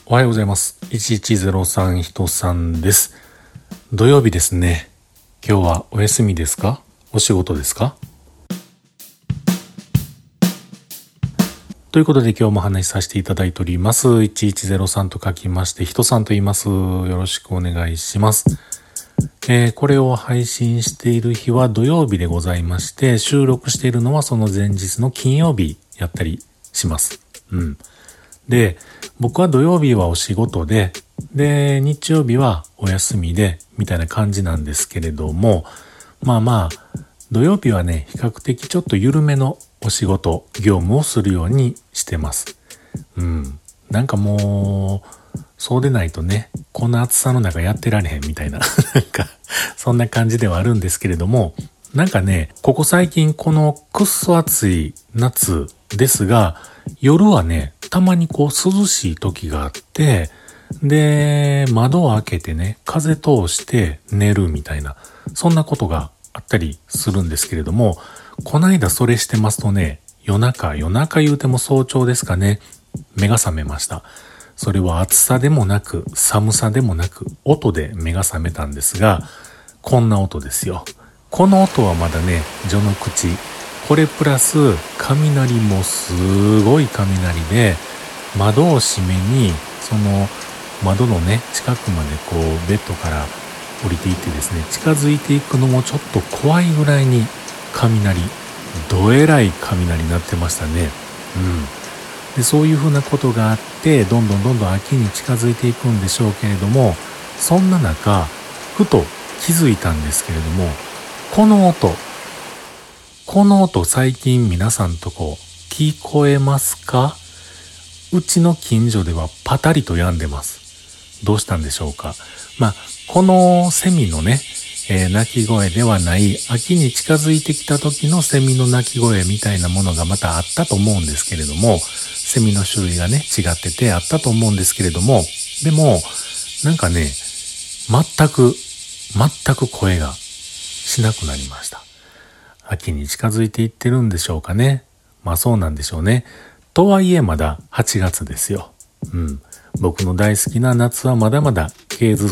おはようございます。1103人さんです。土曜日ですね。今日はお休みですか？お仕事ですか？ということで今日も話しさせていただいております。1103と書きまして人さんと言います。よろしくお願いします。これを配信している日は土曜日でございまして、収録しているのはその前日の金曜日やったりします。で、僕は土曜日はお仕事で、日曜日はお休みで、みたいな感じなんですけれども、土曜日はね、比較的ちょっと緩めのお仕事、業務をするようにしてます。なんかもう、そうでないとね、こんな暑さの中やってられへんみたいな、そんな感じではあるんですけれども、なんかね、ここ最近このくっそ暑い夏ですが、夜はね、たまに涼しい時があって、で、窓を開けてね、風通して寝るみたいな、そんなことがあったりするんですけれども、こないだそれしてますとね、夜中言うても早朝ですかね、目が覚めました。それは暑さでもなく、寒さでもなく、音で目が覚めたんですが、こんな音ですよ。この音はまだね、序の口。これプラス、雷もすごい雷で、窓を閉めに、その窓のね、近くまでベッドから降りていってですね、近づいていくのもちょっと怖いぐらいに雷、どえらい雷になってましたね。で、そういうふうなことがあって、どんどん秋に近づいていくんでしょうけれども、そんな中、ふと気づいたんですけれども、この音最近皆さんと聞こえますか？うちの近所ではパタリと止んでます。どうしたんでしょうか？このセミのね、鳴き声ではない、秋に近づいてきた時のセミの鳴き声みたいなものがまたあったと思うんですけれども、セミの種類がね、違っててあったと思うんですけれども、でも、なんかね、全く声がしなくなりました。秋に近づいていってるんでしょうかね。そうなんでしょうね。とはいえまだ8月ですよ。僕の大好きな夏はまだまだ継続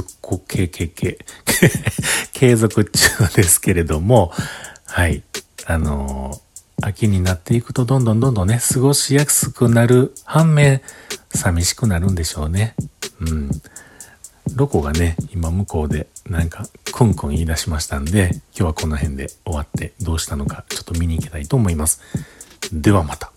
中ですけれども、はい。秋になっていくとどんどんね、過ごしやすくなる反面、寂しくなるんでしょうね。ロコがね、今向こうでなんかクンクン言い出しましたんで、今日はこの辺で終わってどうしたのかちょっと見に行きたいと思います。ではまた。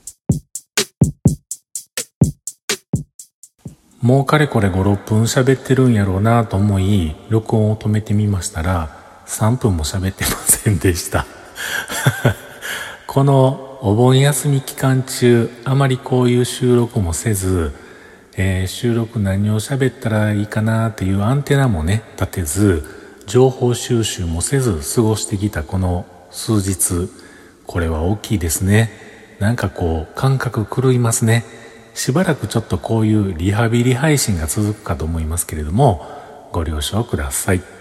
もうかれこれ5、6分喋ってるんやろうなと思い、録音を止めてみましたら、3分も喋ってませんでした。このお盆休み期間中、あまりこういう収録もせず、収録何を喋ったらいいかなっていうアンテナもね、立てず、情報収集もせず過ごしてきたこの数日、これは大きいですね。なんか感覚狂いますね。しばらくちょっとこういうリハビリ配信が続くかと思いますけれども、ご了承ください。